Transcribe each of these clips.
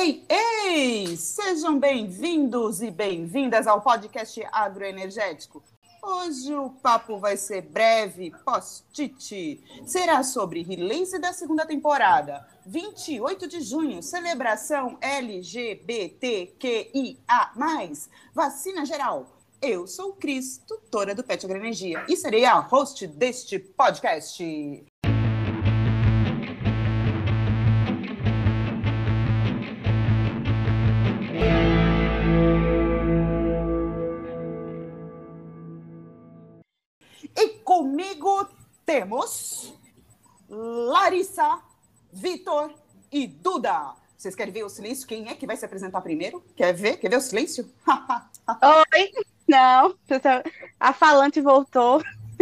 Ei, ei! Sejam bem-vindos e bem-vindas ao podcast Agroenergético. Hoje o papo vai ser breve, post-it. Será sobre release da segunda temporada. 28 de junho, celebração LGBTQIA+, vacina geral. Eu sou Cris, tutora do Pet Agroenergia, e serei a host deste podcast. E comigo temos Larissa, Vitor e Duda. Vocês querem ver o silêncio? Quem é que vai se apresentar primeiro? Quer ver? Quer ver o silêncio? Oi! Não, a falante voltou.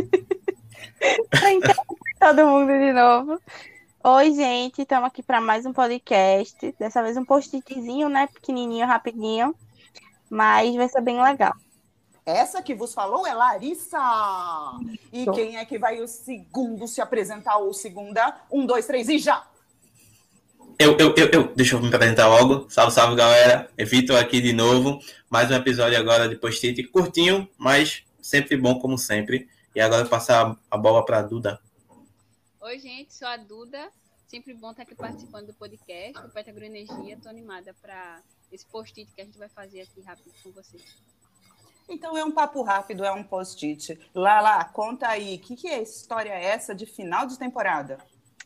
Então, todo mundo de novo. Oi, gente, estamos aqui para mais um podcast. Dessa vez um post-itzinho, né? Pequenininho, rapidinho. Mas vai ser bem legal. Essa que vos falou é Larissa. E quem é que vai o segundo se apresentar ou segunda? 1, 2, 3 e já! Eu. Deixa eu me apresentar logo. Salve, salve, galera. É Vitor aqui de novo. Mais um episódio agora de post-it. Curtinho, mas sempre bom, como sempre. E agora eu passar a bola para a Duda. Oi, gente. Sou a Duda. Sempre bom estar aqui participando do podcast, do Pet Agroenergia. Estou animada para esse post-it que a gente vai fazer aqui rápido com vocês. Então é um papo rápido, é um post-it. Lala, conta aí, o que é história essa de final de temporada?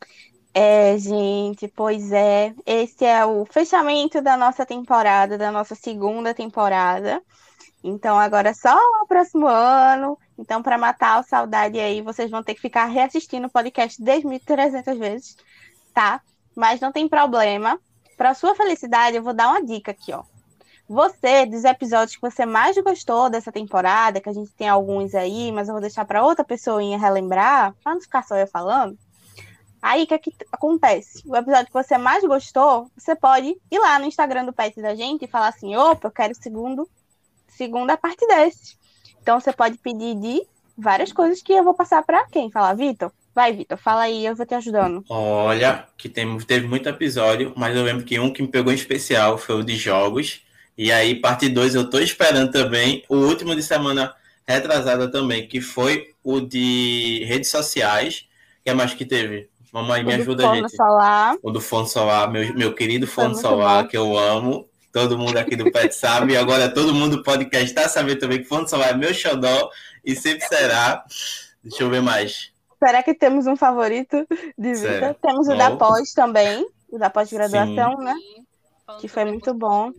Gente, pois é. Esse é o fechamento da nossa temporada, da nossa segunda temporada. Então agora é só o próximo ano. Então, para matar a saudade aí, vocês vão ter que ficar reassistindo o podcast 10.300 vezes, tá? Mas não tem problema. Para sua felicidade, eu vou dar uma dica aqui, ó. Você, dos episódios que você mais gostou dessa temporada, que a gente tem alguns aí, mas eu vou deixar para outra pessoinha relembrar, para não ficar só eu falando. Aí, o que é que acontece? O episódio que você mais gostou, você pode ir lá no Instagram do Pet da gente e falar assim, opa, eu quero segunda parte desse. Então, você pode pedir de várias coisas que eu vou passar para quem? Falar, Vitor? Vai, Vitor, fala aí, eu vou te ajudando. Olha, que teve muito episódio, mas eu lembro que um que me pegou em especial foi o de jogos. E aí, parte 2, eu tô esperando também. O último de semana retrasada também, que foi o de redes sociais. Que é mais que teve? Mamãe, me ajuda, gente. Solar. O do Fone Solar, meu querido Fone Solar, que eu amo. Todo mundo aqui do Pet sabe. E agora todo mundo do podcast tá sabendo também que Fone Solar é meu xodó e sempre será. Deixa eu ver mais. Será que temos um favorito de vida? Temos o da pós também, o da pós-graduação, né? Que foi muito bom.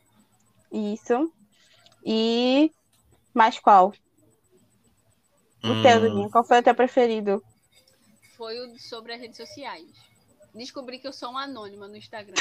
Isso. E mais qual? O teu, Duninho. Qual foi o teu preferido? Foi o sobre as redes sociais. Descobri que eu sou uma anônima no Instagram.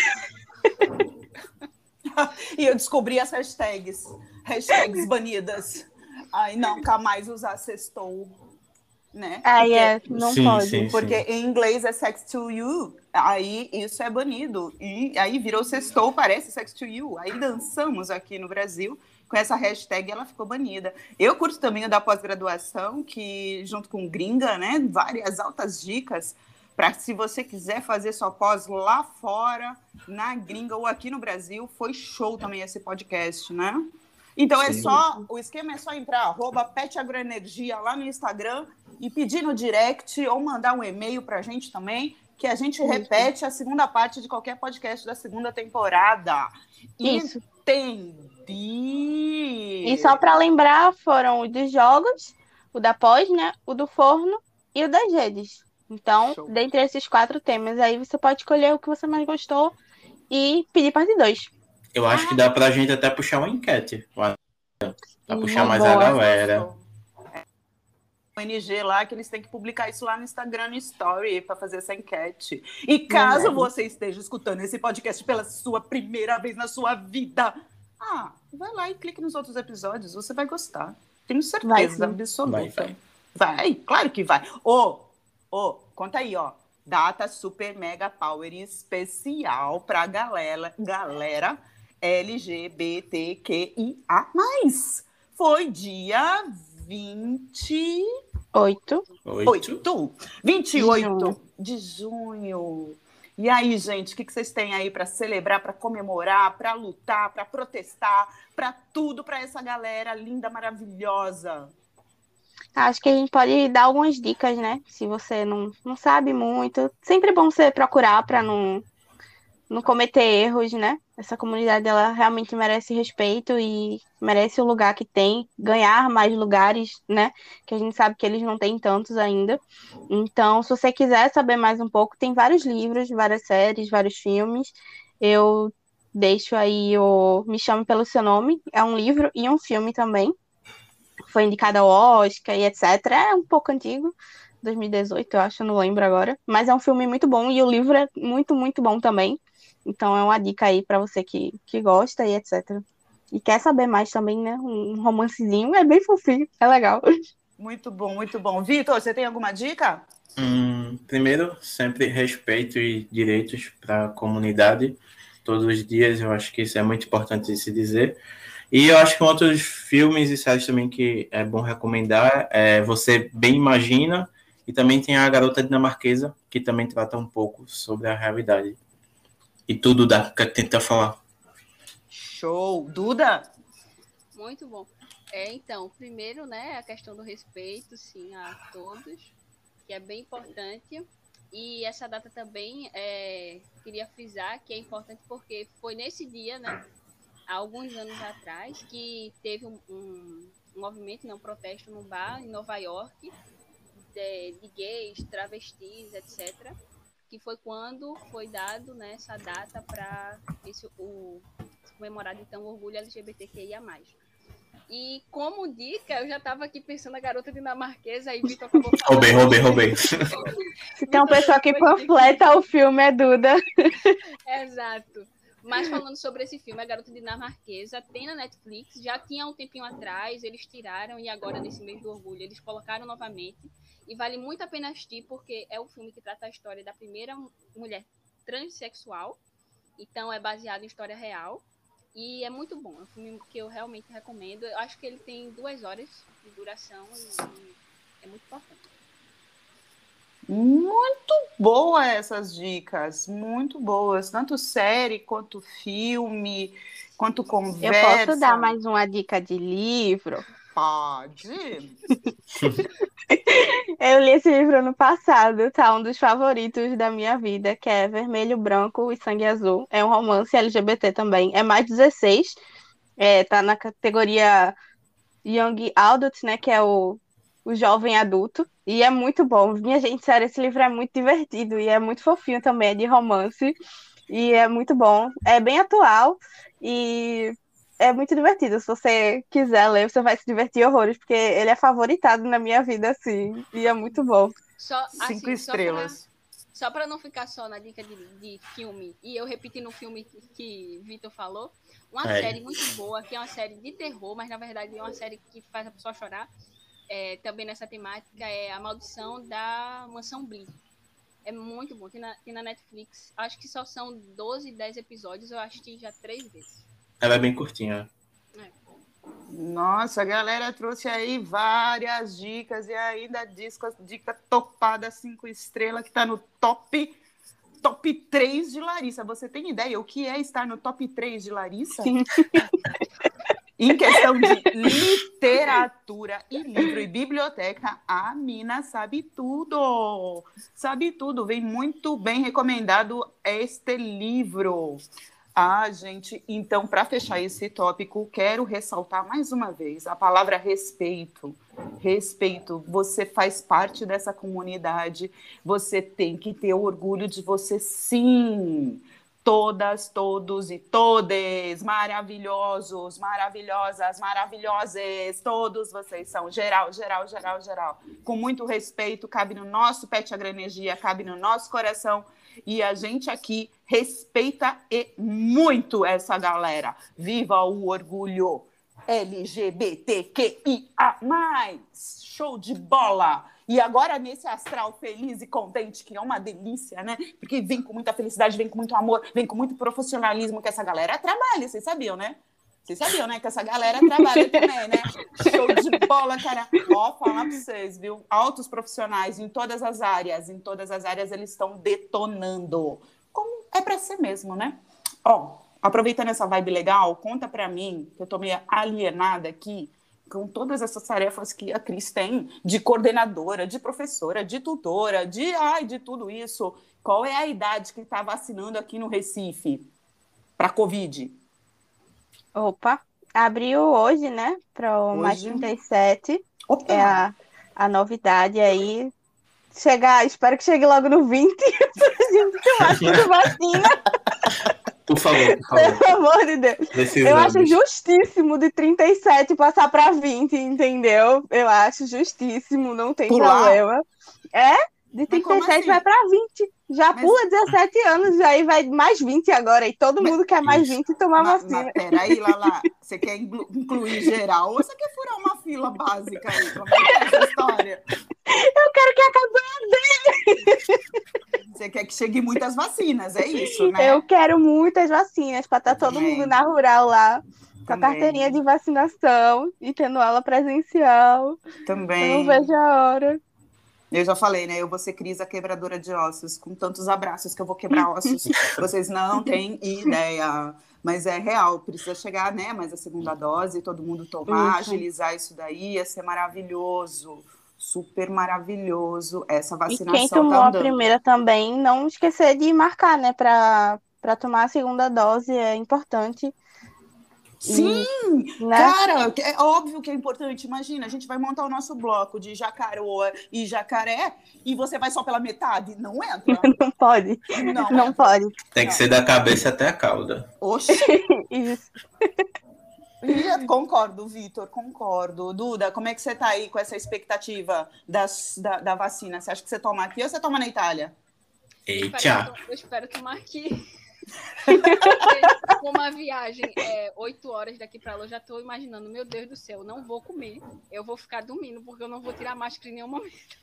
E eu descobri as hashtags banidas. Ai, nunca mais usar sextou, né? Não pode. Sim. Porque em inglês é sex to you. Aí isso é banido. E aí virou sextou, parece sex to you. Aí dançamos aqui no Brasil com essa hashtag, ela ficou banida. Eu curto também o da pós-graduação, que junto com Gringa, né? Várias altas dicas para se você quiser fazer sua pós lá fora, na Gringa ou aqui no Brasil. Foi show também esse podcast, né? Então o esquema é só entrar @petagroenergia lá no Instagram e pedir no direct ou mandar um e-mail para a gente também, que a gente repete a segunda parte de qualquer podcast da segunda temporada. Isso. Entendi. E só para lembrar, foram o dos jogos, o da pós, né? O do forno e o das redes. Então, dentre esses 4 temas aí, você pode escolher o que você mais gostou e pedir parte 2. Eu acho que dá pra gente até puxar uma enquete. Pra puxar mais a galera. O ONG lá, que eles têm que publicar isso lá no Instagram, no Story, para fazer essa enquete. E caso você esteja escutando esse podcast pela sua primeira vez na sua vida, vai lá e clique nos outros episódios, você vai gostar. Tenho certeza absoluta. Vai, claro que vai. Conta aí, ó. Data super mega power especial pra galera LGBTQIA+. Foi dia 28 de junho. E aí, gente, o que vocês têm aí para celebrar, para comemorar, para lutar, para protestar, para tudo, para essa galera linda, maravilhosa? Acho que a gente pode dar algumas dicas, né? Se você não sabe muito. Sempre é bom você procurar para não cometer erros, né? Essa comunidade, ela realmente merece respeito e merece o lugar que tem, ganhar mais lugares, né? Que a gente sabe que eles não têm tantos ainda. Então, se você quiser saber mais um pouco, tem vários livros, várias séries, vários filmes. Eu deixo aí o Me Chame Pelo Seu Nome, é um livro e um filme também. Foi indicado ao Oscar e etc. É um pouco antigo, 2018, eu acho, não lembro agora. Mas é um filme muito bom e o livro é muito, muito bom também. Então é uma dica aí pra você que gosta e etc. E quer saber mais também, né? Um romancezinho é bem fofinho, é legal. Muito bom, muito bom. Vitor, você tem alguma dica? Primeiro, sempre respeito e direitos para a comunidade. Todos os dias, eu acho que isso é muito importante de se dizer. E eu acho que outros filmes e séries também que é bom recomendar é Você Bem Imagina, e também tem A Garota Dinamarquesa, que também trata um pouco sobre a realidade. E tudo dá para tentar falar. Show! Duda? Muito bom. Então, primeiro, né, a questão do respeito, sim, a todos, que é bem importante. E essa data também, queria frisar que é importante porque foi nesse dia, né, há alguns anos atrás, que teve um movimento, né, um protesto no bar em Nova York, de gays, travestis, etc., que foi quando foi dado, né, essa data para comemorar, então, o orgulho LGBTQIA+. E como dica, eu já estava aqui pensando na garota dinamarquesa, aí Vitor acabou falando. Roubei. Se tem uma pessoa que panfleta o filme, é Duda. Exato. Mas falando sobre esse filme, A Garota Dinamarquesa, tem na Netflix, já tinha um tempinho atrás, eles tiraram e agora, nesse mês do orgulho, eles colocaram novamente. E vale muito a pena assistir, porque é um filme que trata a história da primeira mulher transexual. Então, é baseado em história real. E é muito bom. É um filme que eu realmente recomendo. Eu acho que ele tem 2 horas de duração e é muito importante. Muito boa essas dicas, muito boas. Tanto série, quanto filme, quanto conversa. Eu posso dar mais uma dica de livro? Pode. Eu li esse livro ano passado, tá? Um dos favoritos da minha vida, que é Vermelho, Branco e Sangue Azul. É um romance LGBT também. É mais 16. Tá na categoria Young Adult, né? Que é o jovem adulto. E é muito bom. Minha gente, sério, esse livro é muito divertido e é muito fofinho também, é de romance. E é muito bom. É bem atual e é muito divertido. Se você quiser ler, você vai se divertir horrores, porque ele é favoritado na minha vida, assim. E é muito bom. Só, 5 estrelas. Só para não ficar só na dica de filme, e eu repetindo o filme que Vitor falou, uma série muito boa, que é uma série de terror, mas na verdade é uma série que faz a pessoa chorar, também nessa temática, é A Maldição da Mansão Bly. É muito bom, tem na Netflix. Acho que só são 12, 10 episódios, eu assisti já 3 vezes. Ela é bem curtinha. Nossa, a galera trouxe aí várias dicas e ainda dica topada 5 estrelas que está no top 3 de Larissa. Você tem ideia o que é estar no top 3 de Larissa? Sim. Em questão de literatura e livro e biblioteca, a mina sabe tudo. Sabe tudo. Vem muito bem recomendado este livro. Gente, então, para fechar esse tópico, quero ressaltar mais uma vez a palavra respeito. Respeito, você faz parte dessa comunidade, você tem que ter orgulho de você, sim. Todas, todos e todes, maravilhosos, maravilhosas, maravilhosas, todos vocês são, geral. Com muito respeito, cabe no nosso Pet Agroenergia, cabe no nosso coração. E a gente aqui respeita muito essa galera. Viva o orgulho LGBTQIA+. Show de bola! E agora nesse astral feliz e contente, que é uma delícia, né? Porque vem com muita felicidade, vem com muito amor, vem com muito profissionalismo que essa galera trabalha. Vocês sabiam, né? Vocês sabiam, né? Que essa galera trabalha também, né? Show de bola, cara. Ó, falar pra vocês, viu? Altos profissionais em todas as áreas eles estão detonando. É pra ser mesmo, né? Ó, aproveitando essa vibe legal, conta pra mim, que eu tô meio alienada aqui, com todas essas tarefas que a Cris tem, de coordenadora, de professora, de tutora, de tudo isso. Qual é a idade que tá vacinando aqui no Recife pra Covid? Opa, abriu hoje, né? Para o mais Hoje? 37. É Opa! a novidade aí. Espero que chegue logo no 20 pra gente tomar tudo vacina, Por favor, por favor. pelo amor de Deus. Eu acho Precisamos. justíssimo de 37 passar para 20, entendeu? Eu acho justíssimo, não tem Pular? problema. É, de Mas como 37 vai assim? para 20. Já Mas- pula 17 anos, aí vai mais 20 agora. E todo mundo quer mais Isso. 20 e tomar Mas vacina. peraí, Lala, você quer incluir geral ou você quer furar uma fila básica aí? Como é que é essa história? Eu quero que acabe. Você quer que chegue muitas vacinas, é isso, né? Eu quero muitas vacinas para estar Eu todo também. mundo na rural lá, com a Também. carteirinha de vacinação e tendo aula presencial. Eu Também. não vejo a hora. Eu já falei, né? Eu vou ser Cris, a quebradora de ossos, com tantos abraços que eu vou quebrar ossos. Vocês não têm ideia. Mas é real, precisa chegar, né? Mas a segunda dose, todo mundo tomar, Isso. agilizar isso daí, ia ser maravilhoso. Super maravilhoso. Essa E vacinação quem tomou tá a andando. primeira também, não esquecer de marcar, né, para tomar a segunda dose, é importante. Sim, Né? cara, é óbvio que é importante. Imagina, a gente vai montar o nosso bloco de Jacaroa e Jacaré e você vai só pela metade. Não entra. Não pode. Não Não entra. pode. Tem que Não. ser da cabeça até a cauda. Oxi. Isso. Concordo, Vitor, concordo. Duda, como é que você tá aí com essa expectativa da vacina? Você acha que você toma aqui ou você toma na Itália? Eita! Eu espero tomar aqui. Como a viagem é 8 horas daqui pra lá, eu já tô imaginando, meu Deus do céu, não vou comer. Eu vou ficar dormindo, porque eu não vou tirar máscara em nenhum momento.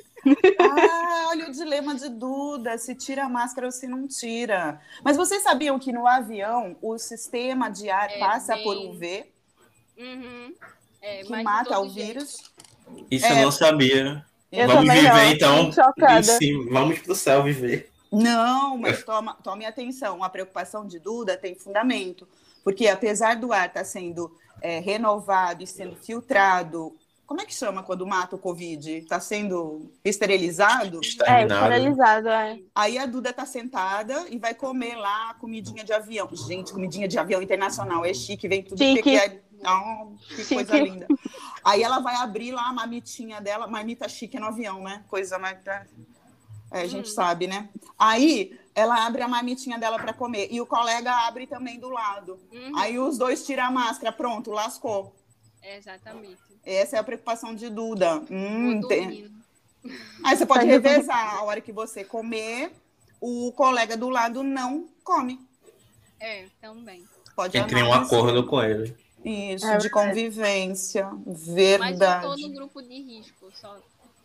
Ah, olha o dilema de Duda, se tira a máscara ou se não tira. Mas vocês sabiam que no avião o sistema de ar passa por UV, Uhum. que Mas de mata todo o jeito, vírus? Isso eu não sabia. Eu Vamos também viver, não. então. Muito chocada. Sim, vamos pro céu viver. Não, mas tome atenção, a preocupação de Duda tem fundamento, porque apesar do ar estar sendo renovado e sendo filtrado, como é que chama quando mata o Covid? Está sendo esterilizado? Esterilizado, é. Aí a Duda tá sentada e vai comer lá a comidinha de avião. Gente, comidinha de avião internacional, é chique, vem tudo Chique. que é. Oh, que Chique. coisa linda. Aí ela vai abrir lá a marmitinha dela, marmita chique no avião, né? Coisa mais... a gente sabe, né? Aí ela abre a marmitinha dela para comer e o colega abre também do lado. Aí os dois tiram a máscara, pronto, lascou. Exatamente. Essa é a preocupação de Duda. Vou dormindo. Aí você pode revezar. A hora que você comer, o colega do lado não come. Também. Pode Entre um analisar. acordo com ele. Isso, É de verdade. convivência. Mas Verdade. eu tô no grupo de risco, só.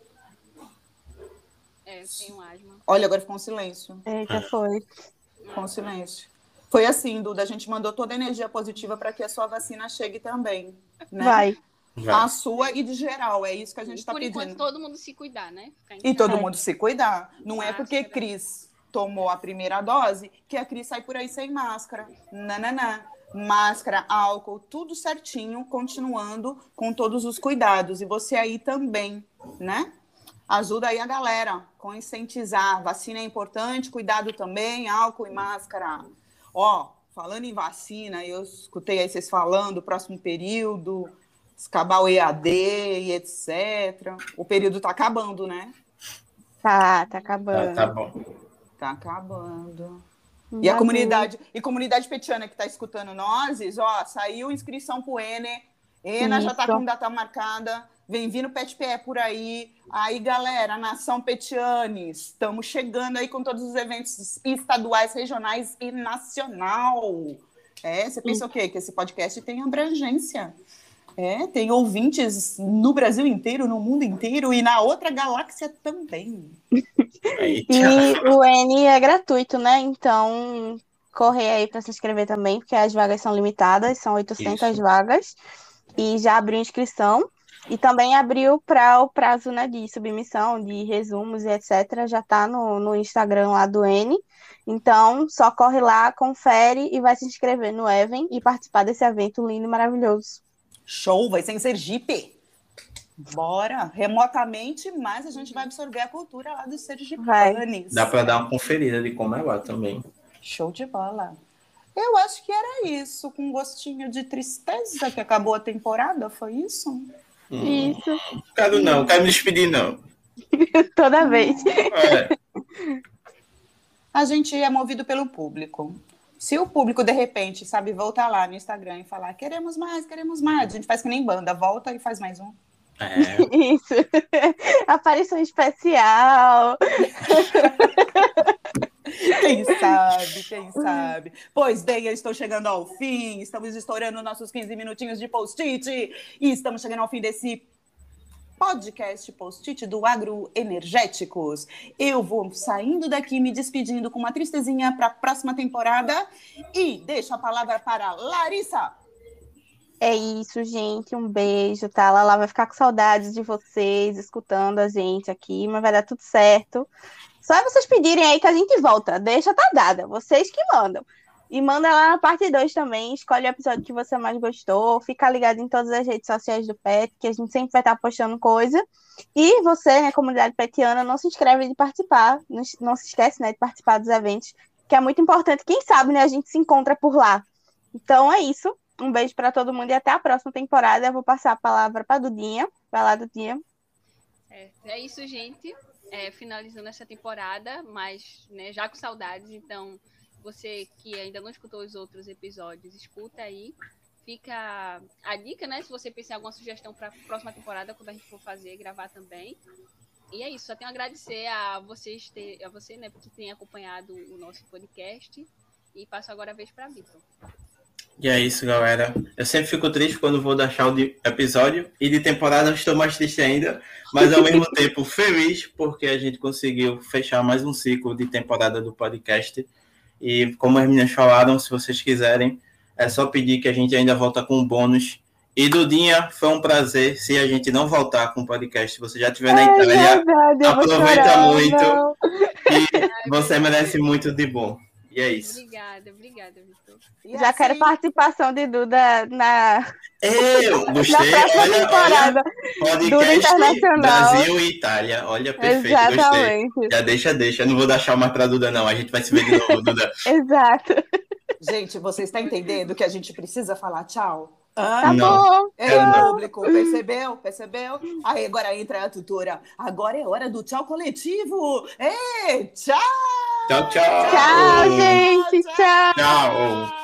Eu tenho asma. Olha, agora ficou um silêncio. Eita, foi. Ficou um silêncio. Foi assim, Duda, a gente mandou toda a energia positiva para que a sua vacina chegue também. Né? Vai. A sua e de geral, é isso que a gente está Por pedindo. enquanto, todo mundo se cuidar, né? Ficar em E casa. todo mundo se cuidar. Não é porque Máscara. Cris tomou a primeira dose que a Cris sai por aí sem máscara. Nananã. Máscara, álcool, tudo certinho, continuando com todos os cuidados. E você aí também, né? Ajuda aí a galera, conscientizar. Vacina é importante, cuidado também, álcool e máscara. Ó, falando em vacina, eu escutei aí vocês falando, próximo período, acabar o EAD e etc. O período tá acabando, né? Tá acabando. Tá bom. Tá acabando. E a comunidade petiana que está escutando nós, ó, saiu inscrição para o Enem. Ena já está com data marcada. Vem vindo Pet Pé por aí. Aí, galera, Nação Petianes, estamos chegando aí com todos os eventos estaduais, regionais e nacional. Você pensa o quê? Que esse podcast tem abrangência. Tem ouvintes no Brasil inteiro, no mundo inteiro e na outra galáxia também. E o N é gratuito, né? Então, correr aí para se inscrever também, porque as vagas são limitadas, são 800 vagas. E já abriu inscrição. E também abriu para o prazo, né, de submissão, de resumos e etc. Já está no Instagram lá do N. Então, só corre lá, confere e vai se inscrever no Even e participar desse evento lindo e maravilhoso. Show, vai ser em Sergipe. Bora, remotamente, mas a gente vai absorver a cultura lá dos sergipanes. Dá para dar uma conferida de como é lá também. Show de bola. Eu acho que era isso, com um gostinho de tristeza que acabou a temporada, foi isso? Isso. Não quero me despedir, não. Toda vez. A gente é movido pelo público. Se o público, de repente, sabe, voltar lá no Instagram e falar queremos mais, a gente faz que nem banda, volta e faz mais um. Isso. Aparição especial. Quem sabe. Pois bem, eu estou chegando ao fim, estamos estourando nossos 15 minutinhos de post-it e estamos chegando ao fim desse podcast post-it do Agroenergéticos. Eu vou saindo daqui, me despedindo com uma tristezinha para a próxima temporada e deixo a palavra para Larissa. É isso, gente. Um beijo, tá? A Lala vai ficar com saudades de vocês, escutando a gente aqui, mas vai dar tudo certo. Só é vocês pedirem aí que a gente volta. Deixa tá dada. Vocês que mandam. E manda lá na parte 2 também. Escolhe o episódio que você mais gostou. Fica ligado em todas as redes sociais do PET, que a gente sempre vai estar postando coisa. E você, né, comunidade petiana, não se inscreve de participar. Não se esquece, né, de participar dos eventos, que é muito importante. Quem sabe, né, a gente se encontra por lá. Então é isso. Um beijo para todo mundo e até a próxima temporada. Eu vou passar a palavra para a Dudinha. Vai lá, Dudinha. É isso, gente. Finalizando essa temporada, mas né, já com saudades. Então, você que ainda não escutou os outros episódios, escuta aí. Fica a dica, né? Se você pensar em alguma sugestão para a próxima temporada, quando a gente for gravar também. E é isso. Só tenho a agradecer a você, né, por ter acompanhado o nosso podcast. E passo agora a vez para a Vitor. E é isso, galera. Eu sempre fico triste quando vou dar tchau de episódio. E de temporada eu estou mais triste ainda. Mas ao mesmo tempo feliz, porque a gente conseguiu fechar mais um ciclo de temporada do podcast. E como as meninas falaram, se vocês quiserem, é só pedir que a gente ainda volta com um bônus. E Dudinha, foi um prazer. Se a gente não voltar com o podcast, se você já estiver na Itália, aproveita muito. E você merece muito de bom. E é isso. Obrigada, Vitor. Já assim... quero participação de Duda na... Eu gostei. Na próxima temporada. Duda Internacional. Brasil e Itália. Olha, perfeito. Exatamente. Gostei. Já deixa. Eu não vou dar tchau mais pra Duda, não. A gente vai se ver de novo, Duda. Exato. Gente, você está entendendo que a gente precisa falar tchau? Tá bom. Público, percebeu? Aí agora entra a tutora. Agora é hora do tchau coletivo. Tchau! Tchau. Tchau, gente. Tchau. Tchau.